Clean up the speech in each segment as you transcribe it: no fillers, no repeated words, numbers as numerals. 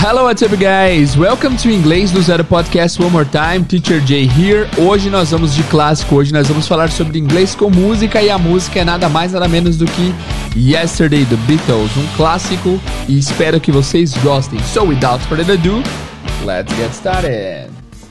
Hello, what's up, guys? Welcome to Inglês do Zero Podcast one more time. Teacher Jay here. Hoje nós vamos de clássico. Hoje nós vamos falar sobre inglês com música. E a música é nada mais, nada menos do que Yesterday, The Beatles. Um clássico. E espero que vocês gostem. So, without further ado, let's get started.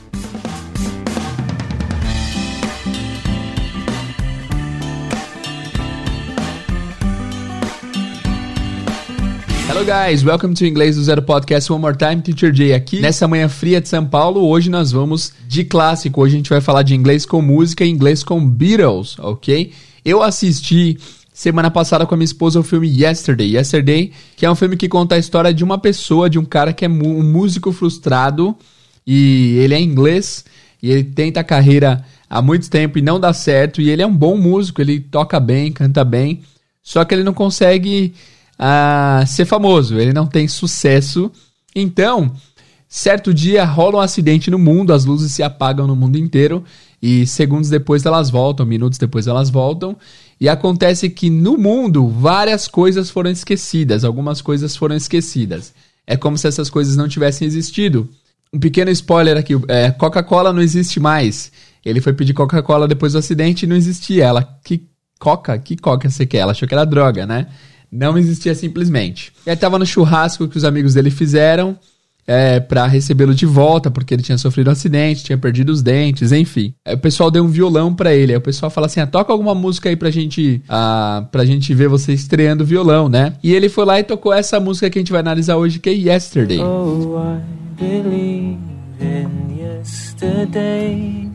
Hello guys, welcome to Inglês do Zero Podcast one more time, Teacher Jay aqui. Nessa manhã fria de São Paulo, hoje nós vamos de clássico. Hoje a gente vai falar de inglês com música e inglês com Beatles, ok? Eu assisti semana passada com a minha esposa o filme Yesterday, que é um filme que conta a história de uma pessoa, de um cara que é um músico frustrado e ele é inglês e ele tenta a carreira há muito tempo e não dá certo e ele é um bom músico, ele toca bem, canta bem, só que ele não consegue ser famoso, ele não tem sucesso. Então, certo dia rola um acidente no mundo, as luzes se apagam no mundo inteiro e segundos depois elas voltam, minutos depois elas voltam, e acontece que no mundo várias coisas foram esquecidas, algumas coisas foram esquecidas. É como se essas coisas não tivessem existido. Um pequeno spoiler aqui, Coca-Cola não existe mais. Ele foi pedir Coca-Cola depois do acidente e não existia. Ela, que Coca você quer? Ela achou que era droga, né? Não existia simplesmente. E aí tava no churrasco que os amigos dele fizeram pra recebê-lo de volta, porque ele tinha sofrido um acidente, tinha perdido os dentes, enfim. Aí o pessoal deu um violão pra ele. Aí o pessoal fala assim, toca alguma música aí pra gente ver você estreando o violão, né? E ele foi lá e tocou essa música que a gente vai analisar hoje, que é Yesterday. Oh, I believe in yesterday.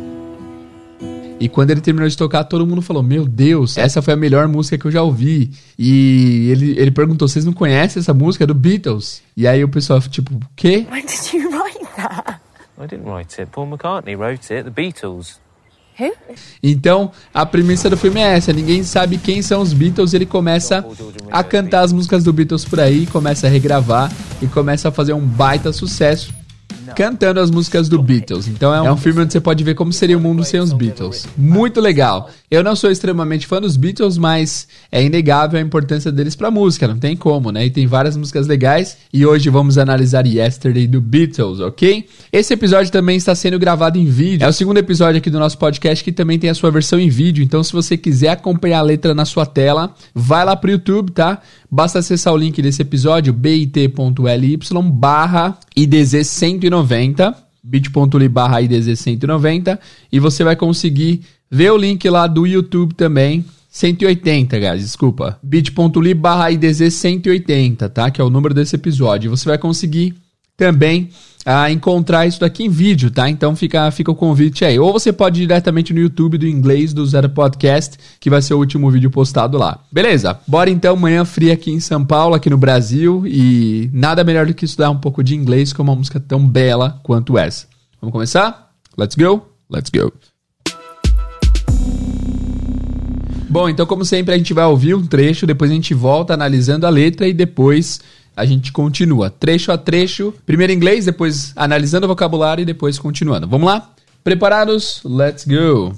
E quando ele terminou de tocar, todo mundo falou, meu Deus, essa foi a melhor música que eu já ouvi. E ele perguntou, vocês não conhecem essa música? É do Beatles. E aí o pessoal, tipo, o quê? When did you write that? I didn't write it. Paul McCartney wrote it. The Beatles. Who? Então, a premissa do filme é essa. Ninguém sabe quem são os Beatles. Ele começa a cantar as músicas do Beatles por aí, começa a regravar e começa a fazer um baita sucesso cantando as músicas do Beatles. Então é um filme onde você pode ver como seria o mundo sem os Beatles. Muito legal. Eu não sou extremamente fã dos Beatles, mas é inegável a importância deles pra música, não tem como, né? E tem várias músicas legais e hoje vamos analisar Yesterday do Beatles, ok? Esse episódio também está sendo gravado em vídeo. É o segundo episódio aqui do nosso podcast que também tem a sua versão em vídeo, então se você quiser acompanhar a letra na sua tela, vai lá pro YouTube, tá? Basta acessar o link desse episódio, bit.ly/IDZ190, bit.ly/IDZ190, e você vai conseguir ver o link lá do YouTube também, 180, guys, desculpa, bit.ly/IDZ180, tá? Que é o número desse episódio. Você vai conseguir também encontrar isso daqui em vídeo, tá? Então fica o convite aí. Ou você pode ir diretamente no YouTube do Inglês do Zero Podcast, que vai ser o último vídeo postado lá. Beleza, bora então, manhã fria aqui em São Paulo, aqui no Brasil, e nada melhor do que estudar um pouco de inglês com uma música tão bela quanto essa. Vamos começar? Let's go! Let's go! Bom, então como sempre a gente vai ouvir um trecho, depois a gente volta analisando a letra e depois a gente continua, trecho a trecho, primeiro em inglês, depois analisando o vocabulário e depois continuando. Vamos lá? Preparados? Let's go!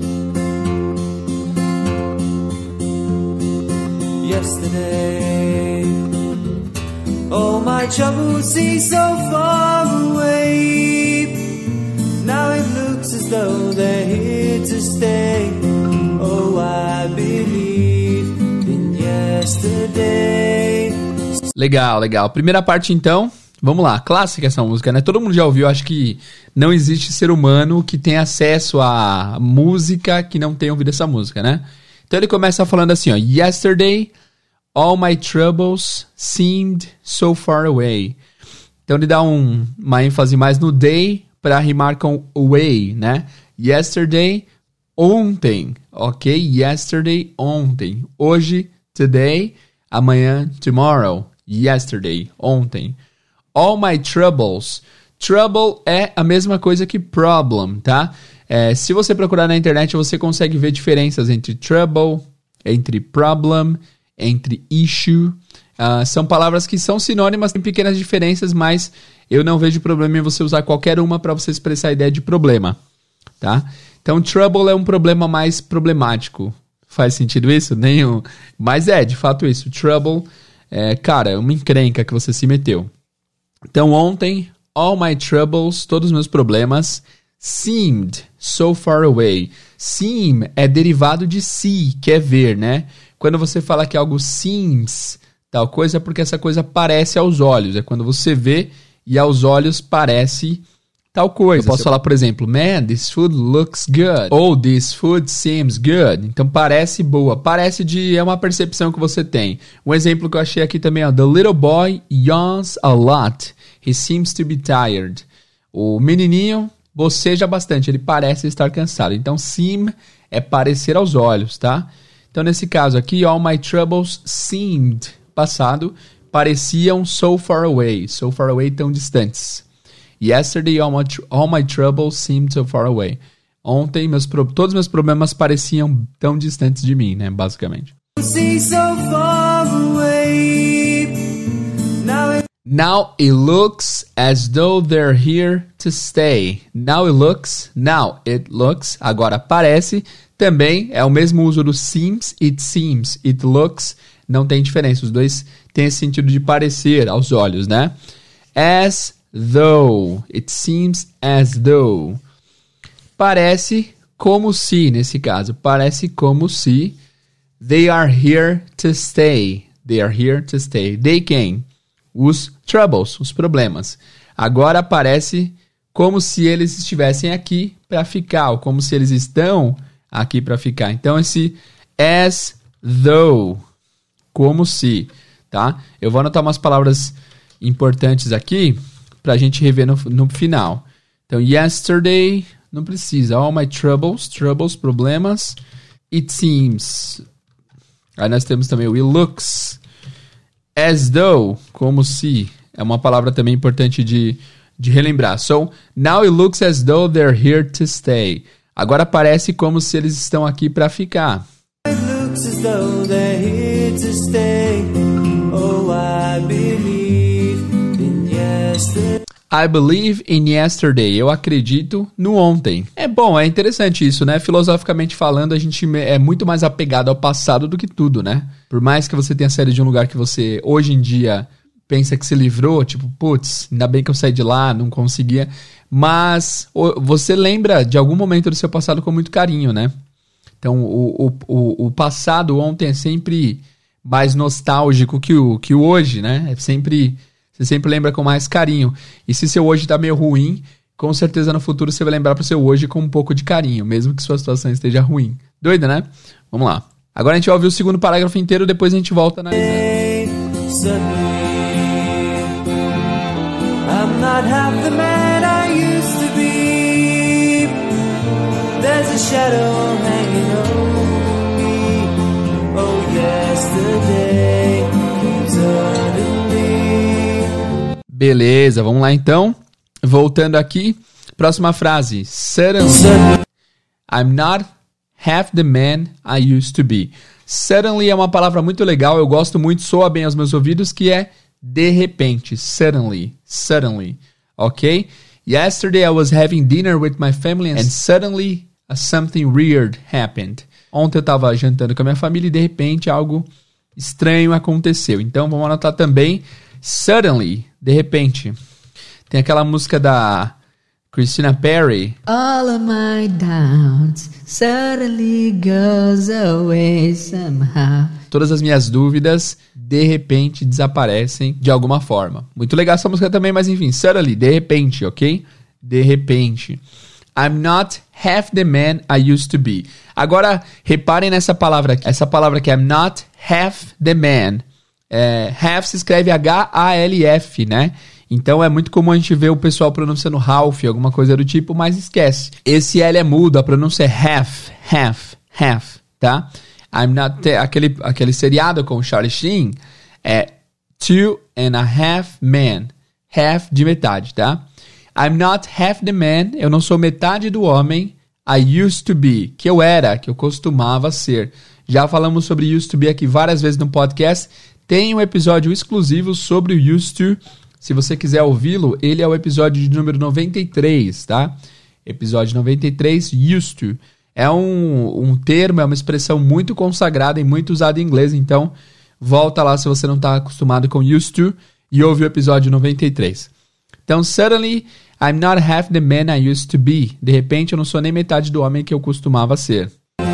Yesterday, all my troubles seem so far away. Now it looks as though they're here to stay. Oh, I believe in yesterday. Legal. Primeira parte então, vamos lá, clássica essa música, né? Todo mundo já ouviu, acho que não existe ser humano que tenha acesso a música que não tenha ouvido essa música, né? Então ele começa falando assim, ó, Yesterday, all my troubles seemed so far away. Então ele dá uma ênfase mais no day para rimar com away, né? Yesterday, ontem, ok? Yesterday, ontem. Hoje, today, amanhã, tomorrow. Yesterday, ontem. All my troubles. Trouble é a mesma coisa que problem, tá? Se você procurar na internet, você consegue ver diferenças entre trouble, entre problem, entre issue. São palavras que são sinônimas, tem pequenas diferenças, mas eu não vejo problema em você usar qualquer uma para você expressar a ideia de problema, tá? Então, trouble é um problema mais problemático. Faz sentido isso? Nenhum. Mas de fato isso. Trouble é uma encrenca que você se meteu. Então, ontem, all my troubles, todos os meus problemas, seemed so far away. Seem é derivado de see, que é ver, né? Quando você fala que algo seems tal coisa, é porque essa coisa parece aos olhos. É quando você vê e aos olhos parece tal coisa. Eu posso falar, por exemplo, man, this food looks good. Ou this food seems good. Então, parece boa. Parece é uma percepção que você tem. Um exemplo que eu achei aqui também, ó. The little boy yawns a lot. He seems to be tired. O menininho boceja bastante. Ele parece estar cansado. Então, seem é parecer aos olhos, tá? Então, nesse caso aqui, all my troubles seemed, passado, pareciam so far away. So far away, tão distantes. Yesterday, all my troubles seemed so far away. Ontem, todos os meus problemas pareciam tão distantes de mim, né? Basicamente. Now it looks as though they're here to stay. Now it looks. Agora parece. Também é o mesmo uso do seems, it looks. Não tem diferença. Os dois têm esse sentido de parecer aos olhos, né? As though. It seems as though. Parece como se, nesse caso. Parece como se. They are here to stay. They are here to stay. They quem? Os troubles, os problemas. Agora parece como se eles estivessem aqui para ficar. Ou como se eles estão aqui para ficar. Então esse as though. Como se, tá? Eu vou anotar umas palavras importantes aqui pra gente rever no final. Então, yesterday, não precisa. All my troubles, problemas. It seems. Aí nós temos também o it looks. As though, como se. É uma palavra também importante de relembrar. So, now it looks as though they're here to stay. Agora parece como se eles estão aqui para ficar. It looks as though they're here to stay. Oh, I believe in yesterday. I believe in yesterday. Eu acredito no ontem. É bom, é interessante isso, né? Filosoficamente falando, a gente é muito mais apegado ao passado do que tudo, né? Por mais que você tenha saído de um lugar que você, hoje em dia, pensa que se livrou, tipo, putz, ainda bem que eu saí de lá, não conseguia. Mas você lembra de algum momento do seu passado com muito carinho, né? Então, o passado ontem é sempre mais nostálgico que o hoje, né? Você sempre lembra com mais carinho. E se seu hoje tá meio ruim, com certeza no futuro você vai lembrar pro seu hoje com um pouco de carinho, mesmo que sua situação esteja ruim. Doida, né? Vamos lá. Agora a gente vai ouvir o segundo parágrafo inteiro, depois a gente volta analisando. I'm not half the man I used to be. There's a shadow hanging over me. Oh, yesterday keeps hurting me. Beleza, vamos lá então. Voltando aqui, próxima frase. Suddenly, I'm not half the man I used to be. Suddenly é uma palavra muito legal, eu gosto muito, soa bem aos meus ouvidos, que é de repente, suddenly, ok? Yesterday I was having dinner with my family and suddenly something weird happened. Ontem eu estava jantando com a minha família e de repente algo estranho aconteceu. Então vamos anotar também, suddenly, de repente. Tem aquela música da Christina Perri. All of my doubts suddenly goes away somehow. Todas as minhas dúvidas, de repente, desaparecem de alguma forma. Muito legal essa música também, mas enfim, suddenly, de repente, ok? De repente. I'm not half the man I used to be. Agora, reparem nessa palavra aqui. Essa palavra aqui, I'm not half the man. Half se escreve H-A-L-F, né? Então é muito comum a gente ver o pessoal pronunciando Ralph, alguma coisa do tipo, mas esquece. Esse L é mudo, a pronúncia é half, tá? I'm not aquele seriado com o Charlie Sheen é 2.5 men. Half de metade, tá? I'm not half the man, eu não sou metade do homem I used to be, que eu era, que eu costumava ser. Já falamos sobre used to be aqui várias vezes no podcast. Tem um episódio exclusivo sobre o used to. Se você quiser ouvi-lo, ele é o episódio de número 93, tá? Episódio 93, used to. É um termo, é uma expressão muito consagrada e muito usada em inglês, então volta lá se você não está acostumado com used to e ouve o episódio 93. Então, suddenly, I'm not half the man I used to be. De repente, eu não sou nem metade do homem que eu costumava ser.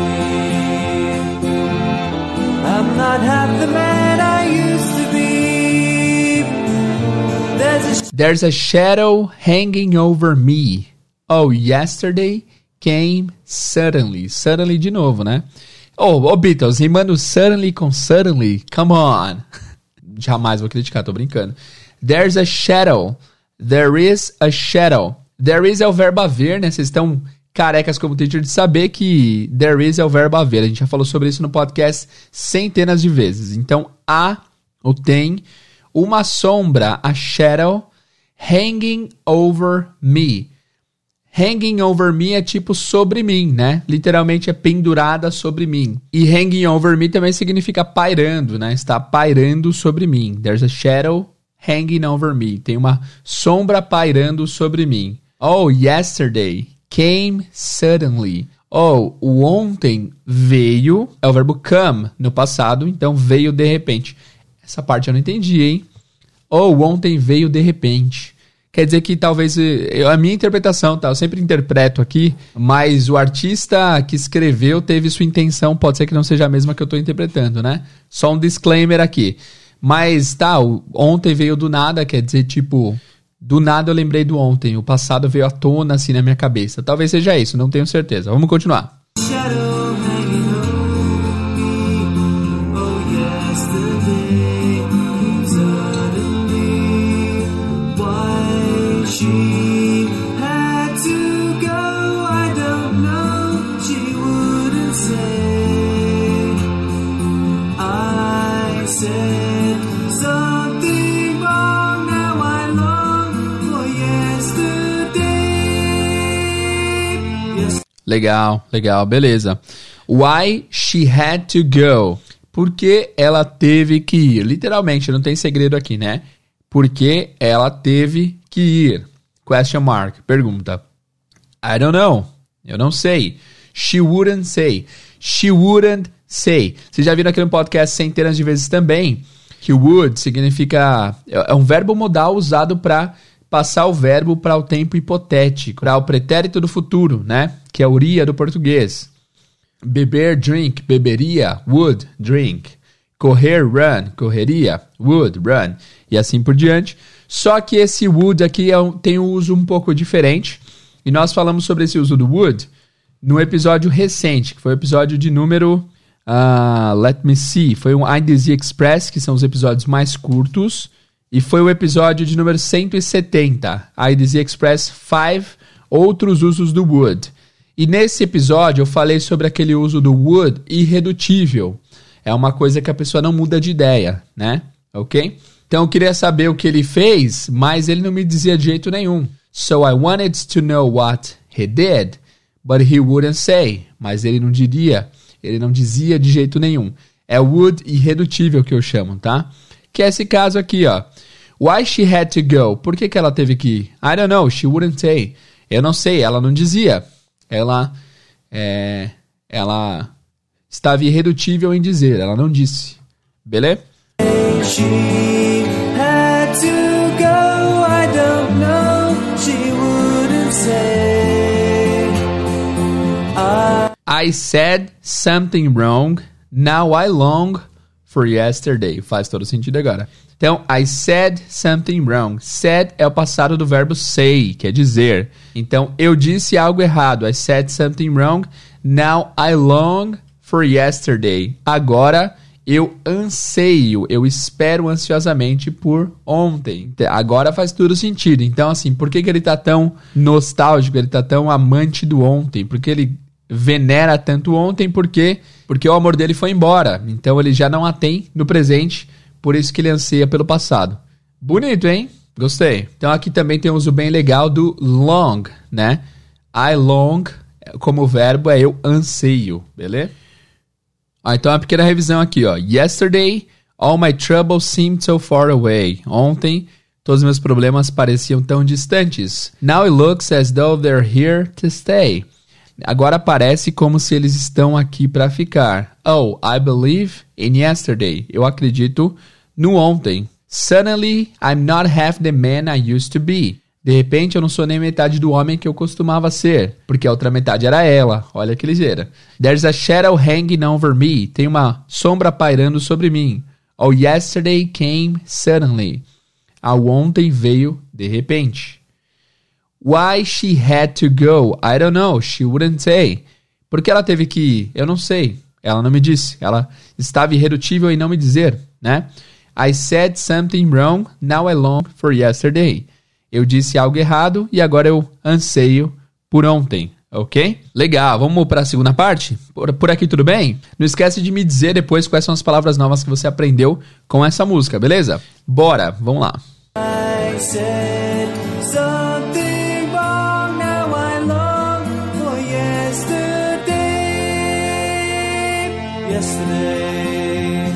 I'm not half the man I used to be. There's a shadow hanging over me. Oh, yesterday came suddenly. Suddenly de novo, né? Oh, Beatles, rimando suddenly com suddenly. Come on. Jamais vou criticar, tô brincando. There's a shadow. There is a shadow. There is é o verbo haver, né? Vocês estão carecas como teacher de saber que there is é o verbo haver. A gente já falou sobre isso no podcast centenas de vezes. Então, há ou tem uma sombra, a shadow, hanging over me. Hanging over me é tipo sobre mim, né? Literalmente é pendurada sobre mim. E hanging over me também significa pairando, né? Está pairando sobre mim. There's a shadow hanging over me. Tem uma sombra pairando sobre mim. Oh, yesterday came suddenly. Oh, o ontem veio, é o verbo come no passado, então veio de repente. Essa parte eu não entendi, hein? Oh, ontem veio de repente. Quer dizer que talvez, a minha interpretação, tá? Eu sempre interpreto aqui, mas o artista que escreveu teve sua intenção, pode ser que não seja a mesma que eu estou interpretando, né? Só um disclaimer aqui. Mas, tá, o ontem veio do nada, quer dizer, tipo, do nada eu lembrei do ontem. O passado veio à tona, assim, na minha cabeça. Talvez seja isso, não tenho certeza. Vamos continuar. Shadow hanging over me. Oh, yesterday, suddenly, why she had to go, I don't know. She wouldn't say. I said something wrong, now I long for yesterday. Legal, beleza. Why she had to go. Por que ela teve que ir? Literalmente, não tem segredo aqui, né? Por que ela teve que ir? Question mark, pergunta. I don't know. Eu não sei. She wouldn't say. She wouldn't say. Vocês já viram aqui no podcast centenas de vezes também que would significa... É um verbo modal usado para passar o verbo para o tempo hipotético, para o pretérito do futuro, né? Que é a uria do português. Beber, drink, beberia, would, drink. Correr, run, correria, would, run. E assim por diante. Só que esse would aqui tem um uso um pouco diferente. E nós falamos sobre esse uso do would no episódio recente, que foi o episódio de número... let me see. Foi um IDZ Express, que são os episódios mais curtos. E foi o episódio de número 170. IDZ Express 5, outros usos do would. E nesse episódio eu falei sobre aquele uso do would irredutível. É uma coisa que a pessoa não muda de ideia, né? Ok? Então eu queria saber o que ele fez, mas ele não me dizia de jeito nenhum. So I wanted to know what he did, but he wouldn't say. Mas ele não diria, ele não dizia de jeito nenhum. É o would irredutível que eu chamo, tá? Que é esse caso aqui, ó. Why she had to go? Por que ela teve que ir? I don't know, she wouldn't say. Eu não sei, ela não dizia. Ela estava irredutível em dizer, ela não disse. Beleza? She had to go, I don't know, she wouldn't say. I said something wrong, now I long for yesterday. Faz todo sentido agora. Então, I said something wrong. Said é o passado do verbo say, quer dizer. Então, eu disse algo errado. I said something wrong. Now I long for yesterday. Agora, eu anseio, eu espero ansiosamente por ontem. Agora faz todo sentido. Então, assim, por que ele está tão nostálgico? Ele está tão amante do ontem? Porque ele venera tanto ontem? Porque o amor dele foi embora. Então, ele já não a tem no presente. Por isso que ele anseia pelo passado. Bonito, hein? Gostei. Então aqui também tem um uso bem legal do long, né? I long, como verbo, é eu anseio, beleza? Então uma pequena revisão aqui, ó. Yesterday, all my troubles seemed so far away. Ontem, todos os meus problemas pareciam tão distantes. Now it looks as though they're here to stay. Agora parece como se eles estão aqui para ficar. Oh, I believe in yesterday. Eu acredito no ontem. Suddenly, I'm not half the man I used to be. De repente, eu não sou nem metade do homem que eu costumava ser, porque a outra metade era ela. Olha que ligeira. There's a shadow hanging over me. Tem uma sombra pairando sobre mim. Oh, yesterday came suddenly. Ao ontem veio de repente. Why she had to go? I don't know. She wouldn't say. Por que ela teve que ir? Eu não sei. Ela não me disse. Ela estava irredutível em não me dizer, né? I said something wrong. Now I long for yesterday. Eu disse algo errado e agora eu anseio por ontem, ok? Legal, vamos para a segunda parte? Por aqui tudo bem? Não esquece de me dizer depois quais são as palavras novas que você aprendeu com essa música, beleza? Bora, vamos lá. I said something wrong, now I long for yesterday. Yesterday,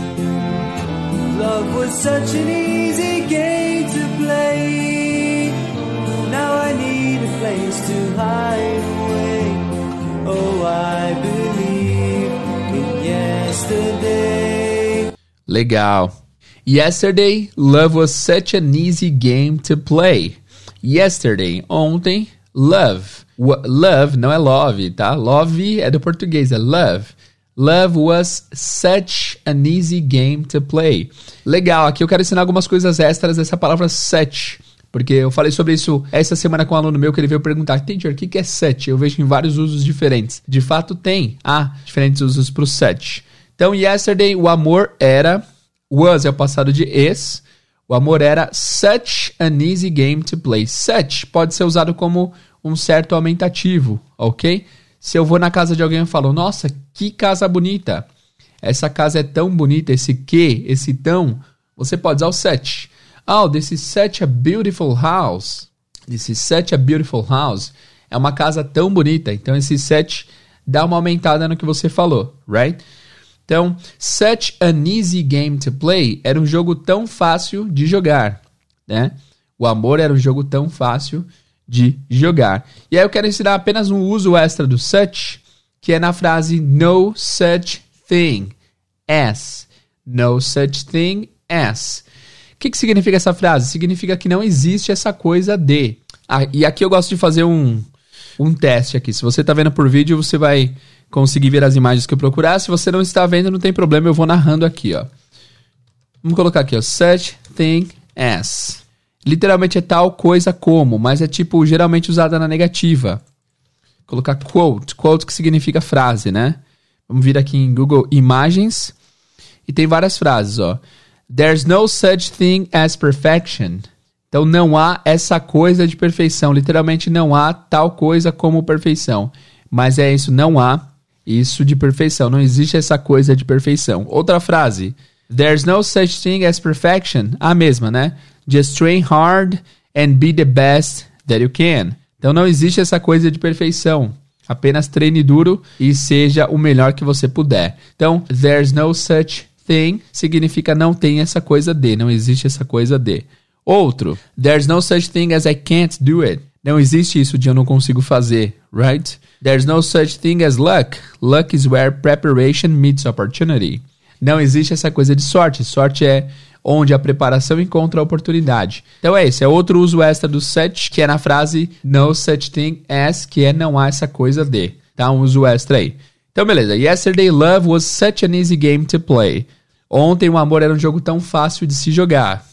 love was such an easy game to play. Now I need a place to hide away. Oh, I believe in yesterday. Legal. Yesterday, love was such an easy game to play. Yesterday, ontem, love. Love não é love, tá? Love é do português, é love. Love was such an easy game to play. Legal, aqui eu quero ensinar algumas coisas extras dessa palavra such. Porque eu falei sobre isso essa semana com um aluno meu que ele veio perguntar, teacher, o que é such? Eu vejo em vários usos diferentes. De fato tem, diferentes usos para o such. Então, yesterday, o amor era, was é o passado de is, o amor era such an easy game to play. Such pode ser usado como um certo aumentativo, ok? Se eu vou na casa de alguém e falo, nossa, que casa bonita. Essa casa é tão bonita, esse que, esse tão, você pode usar o such. Oh, this is such a beautiful house. This is such a beautiful house. É uma casa tão bonita. Então, esse such dá uma aumentada no que você falou, right? Então, such an easy game to play era um jogo tão fácil de jogar, né? O amor era um jogo tão fácil de jogar. E aí eu quero ensinar apenas um uso extra do such, que é na frase no such thing as. No such thing as. O que significa essa frase? Significa que não existe essa coisa de. E aqui eu gosto de fazer um teste aqui. Se você está vendo por vídeo, você vai conseguir ver as imagens que eu procurar. Se você não está vendo, não tem problema, eu vou narrando aqui, ó. Vamos colocar aqui, ó. Such thing as. Literalmente é tal coisa como, mas é tipo geralmente usada na negativa. Colocar quote. Quote que significa frase, né? Vamos vir aqui em Google Imagens. E tem várias frases, ó. There's no such thing as perfection. Então não há essa coisa de perfeição. Literalmente não há tal coisa como perfeição. Mas é isso, não há isso de perfeição. Não existe essa coisa de perfeição. Outra frase. There's no such thing as perfection. A mesma, né? Just train hard and be the best that you can. Então não existe essa coisa de perfeição. Apenas treine duro e seja o melhor que você puder. Então, there's no such thing significa não tem essa coisa de, não existe essa coisa de. Outro, there's no such thing as I can't do it. Não existe isso de eu não consigo fazer, right? There's no such thing as luck. Luck is where preparation meets opportunity. Não existe essa coisa de sorte. Sorte é onde a preparação encontra a oportunidade. Então é esse, é outro uso extra do such, que é na frase no such thing as, que é não há essa coisa de. Tá? Um uso extra aí. Então, beleza. Yesterday, love was such an easy game to play. Ontem, o amor era um jogo tão fácil de se jogar.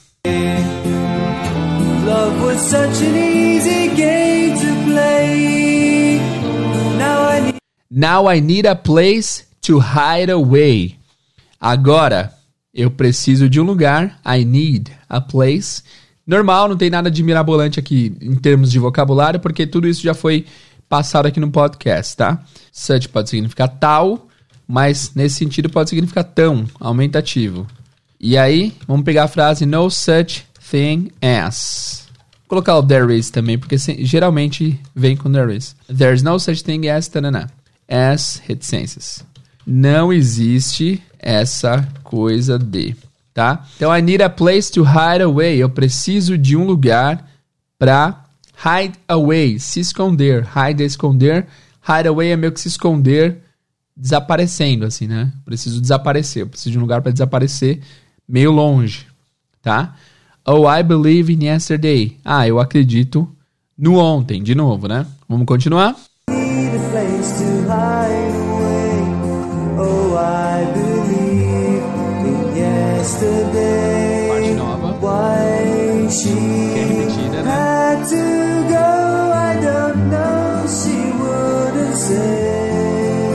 Love was such an easy game to play. Now I need a place to hide away. Agora, eu preciso de um lugar. I need a place. Normal, não tem nada de mirabolante aqui em termos de vocabulário, porque tudo isso já foi passado aqui no podcast, tá? Such pode significar tal, mas nesse sentido pode significar tão, aumentativo. E aí, vamos pegar a frase no such thing as. Vou colocar o there is também, porque geralmente vem com there is. There's no such thing as, tanana, as reticências. Não existe essa coisa de, tá? Então, I need a place to hide away. Eu preciso de um lugar para hide away, se esconder. Hide é esconder. Hide away é meio que se esconder, desaparecendo, assim, né? Preciso desaparecer. Eu preciso de um lugar para desaparecer meio longe, tá? Oh, I believe in yesterday. Ah, eu acredito no ontem. De novo, né? Vamos continuar? Need a place to hide away. Oh, I believe in yesterday. Parte nova. Why she Que é repetida, né? had to go, I don't know. She wouldn't say.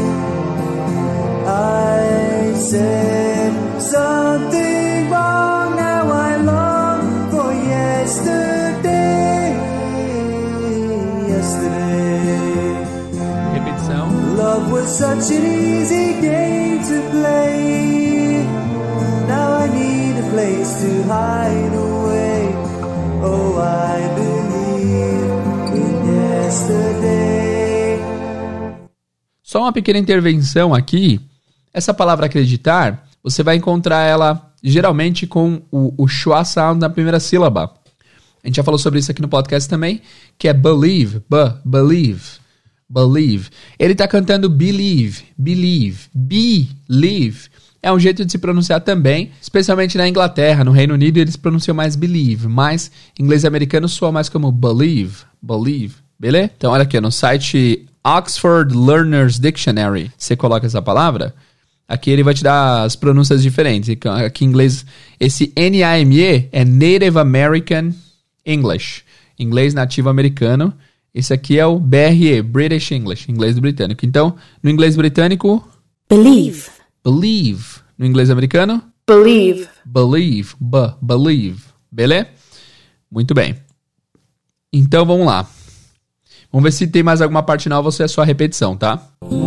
I said something wrong. Now I long for yesterday. Yesterday. Repetição. Love was such an easy game to play. Now I need a place to hide away. Oh, I believe in yesterday. Só uma pequena intervenção aqui. Essa palavra acreditar, você vai encontrar ela geralmente com o schwa sound na primeira sílaba. A gente já falou sobre isso aqui no podcast também, que é believe, believe, believe. Ele tá cantando believe, believe. É um jeito de se pronunciar também, especialmente na Inglaterra, no Reino Unido eles pronunciam mais believe, mas em inglês americano soa mais como believe, beleza? Então olha aqui, no site Oxford Learner's Dictionary, você coloca essa palavra, aqui ele vai te dar as pronúncias diferentes. Aqui em inglês, esse NAME é Native American English, inglês nativo americano. Esse aqui é o BRE, British English, inglês britânico. Então, no inglês britânico, Believe. believe. No inglês americano, Believe. believe, believe. Beleza? Muito bem. Então, vamos lá. Vamos ver se tem mais alguma parte nova ou se é só a repetição, tá?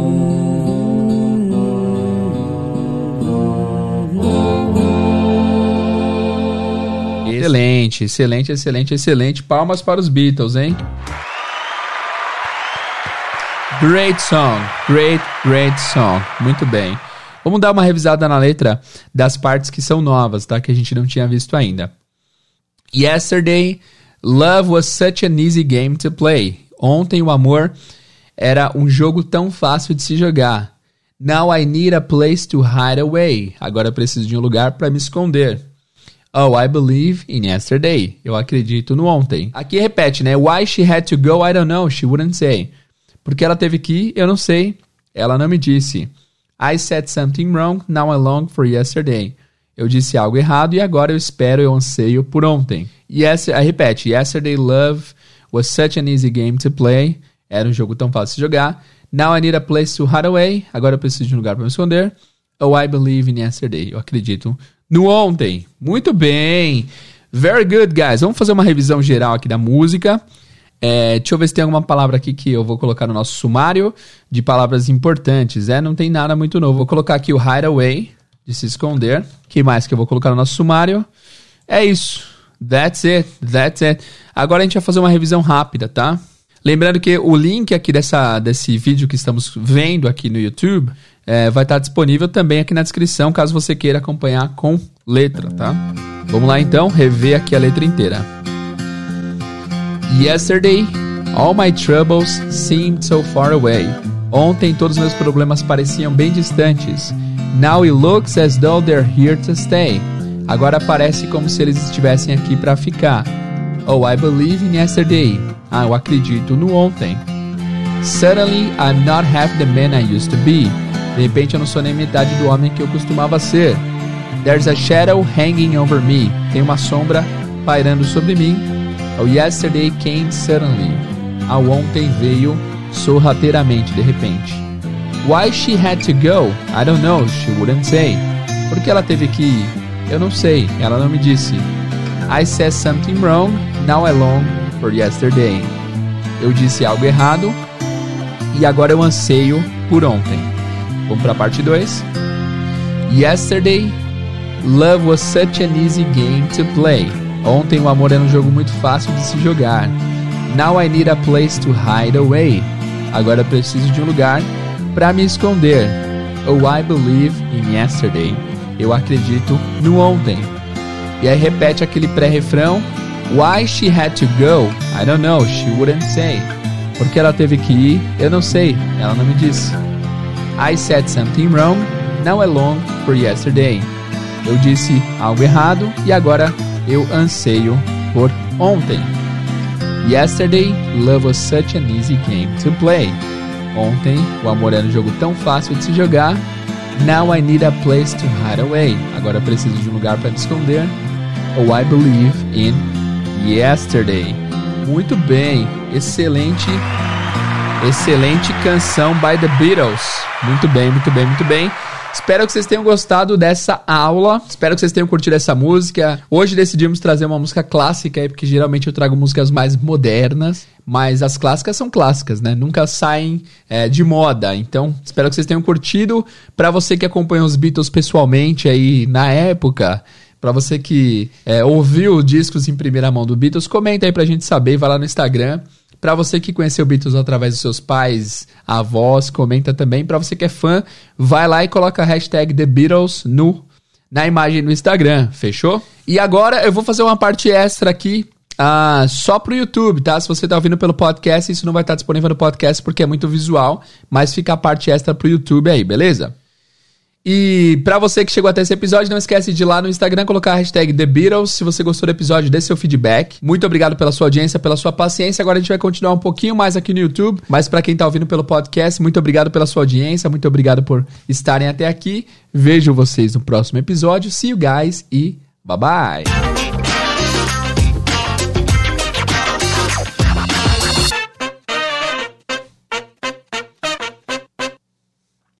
Excelente. Palmas para os Beatles, hein? Great song. Great song. Muito bem. Vamos dar uma revisada na letra das partes que são novas, tá? Que a gente não tinha visto ainda. Yesterday, love was such an easy game to play. Ontem o amor era um jogo tão fácil de se jogar. Now I need a place to hide away. Agora eu preciso de um lugar para me esconder. Oh, I believe in yesterday. Eu acredito no ontem. Aqui repete, né? Why she had to go, I don't know. She wouldn't say. Porque ela teve que ir, eu não sei. Ela não me disse. I said something wrong, now I long for yesterday. Eu disse algo errado e agora eu anseio por ontem. Repete. Yesterday love was such an easy game to play. Era um jogo tão fácil de jogar. Now I need a place to hide away. Agora eu preciso de um lugar para me esconder. Oh, I believe in yesterday. Eu acredito no ontem. Muito bem. Very good, guys. Vamos fazer uma revisão geral aqui da música. Deixa eu ver se tem alguma palavra aqui que eu vou colocar no nosso sumário de palavras importantes. Não tem nada muito novo. Vou colocar aqui o hide away, de se esconder. O que mais que eu vou colocar no nosso sumário? É isso. That's it. Agora a gente vai fazer uma revisão rápida, tá? Lembrando que o link aqui desse vídeo que estamos vendo aqui no YouTube vai estar disponível também aqui na descrição, caso você queira acompanhar com letra, tá? Vamos lá então, rever aqui a letra inteira. Yesterday, all my troubles seemed so far away. Ontem todos os meus problemas pareciam bem distantes. Now it looks as though they're here to stay. Agora parece como se eles estivessem aqui para ficar. Oh, I believe in yesterday. Eu acredito no ontem. Suddenly, I'm not half the man I used to be. De repente eu não sou nem metade do homem que eu costumava ser. There's a shadow hanging over me. Tem uma sombra pairando sobre mim. Oh, yesterday came suddenly. Ontem veio sorrateiramente, de repente. Why she had to go? I don't know, she wouldn't say. Por que ela teve que ir? Eu não sei, ela não me disse. I said something wrong, now I long for yesterday. Eu disse algo errado e agora eu anseio por ontem. Vamos para a parte 2. Yesterday, love was such an easy game to play. Ontem o amor era um jogo muito fácil de se jogar. Now I need a place to hide away. Agora eu preciso de um lugar para me esconder. Oh, I believe in yesterday. Eu acredito no ontem. E aí repete aquele pré-refrão. Why she had to go? I don't know, she wouldn't say. Porque ela teve que ir? Eu não sei, ela não me disse. I said something wrong, now I long for yesterday. Eu disse algo errado e agora eu anseio por ontem. Yesterday, love was such an easy game to play. Ontem, o amor era um jogo tão fácil de se jogar. Now I need a place to hide away. Agora eu preciso de um lugar para me esconder. Oh, I believe in yesterday. Muito bem, excelente canção by The Beatles. Muito bem, muito bem, muito bem. Espero que vocês tenham gostado dessa aula. Espero que vocês tenham curtido essa música. Hoje decidimos trazer uma música clássica aí, porque geralmente eu trago músicas mais modernas. Mas as clássicas são clássicas, né? Nunca saem de moda. Então, espero que vocês tenham curtido. Pra você que acompanha os Beatles pessoalmente aí na época, pra você que ouviu discos em primeira mão do Beatles, comenta aí pra gente saber. Vai lá no Instagram. Pra você que conheceu Beatles através dos seus pais, avós, comenta também. Pra você que é fã, vai lá e coloca a hashtag The Beatles na imagem no Instagram, fechou? E agora eu vou fazer uma parte extra aqui, só pro YouTube, tá? Se você tá ouvindo pelo podcast, isso não vai estar disponível no podcast porque é muito visual, mas fica a parte extra pro YouTube aí, beleza? E pra você que chegou até esse episódio, não esquece de ir lá no Instagram, colocar a hashtag The Beatles. Se você gostou do episódio, dê seu feedback. Muito obrigado pela sua audiência, pela sua paciência. Agora a gente vai continuar um pouquinho mais aqui no YouTube, mas pra quem tá ouvindo pelo podcast, muito obrigado pela sua audiência, muito obrigado por estarem até aqui. Vejo vocês no próximo episódio. See you guys e bye bye!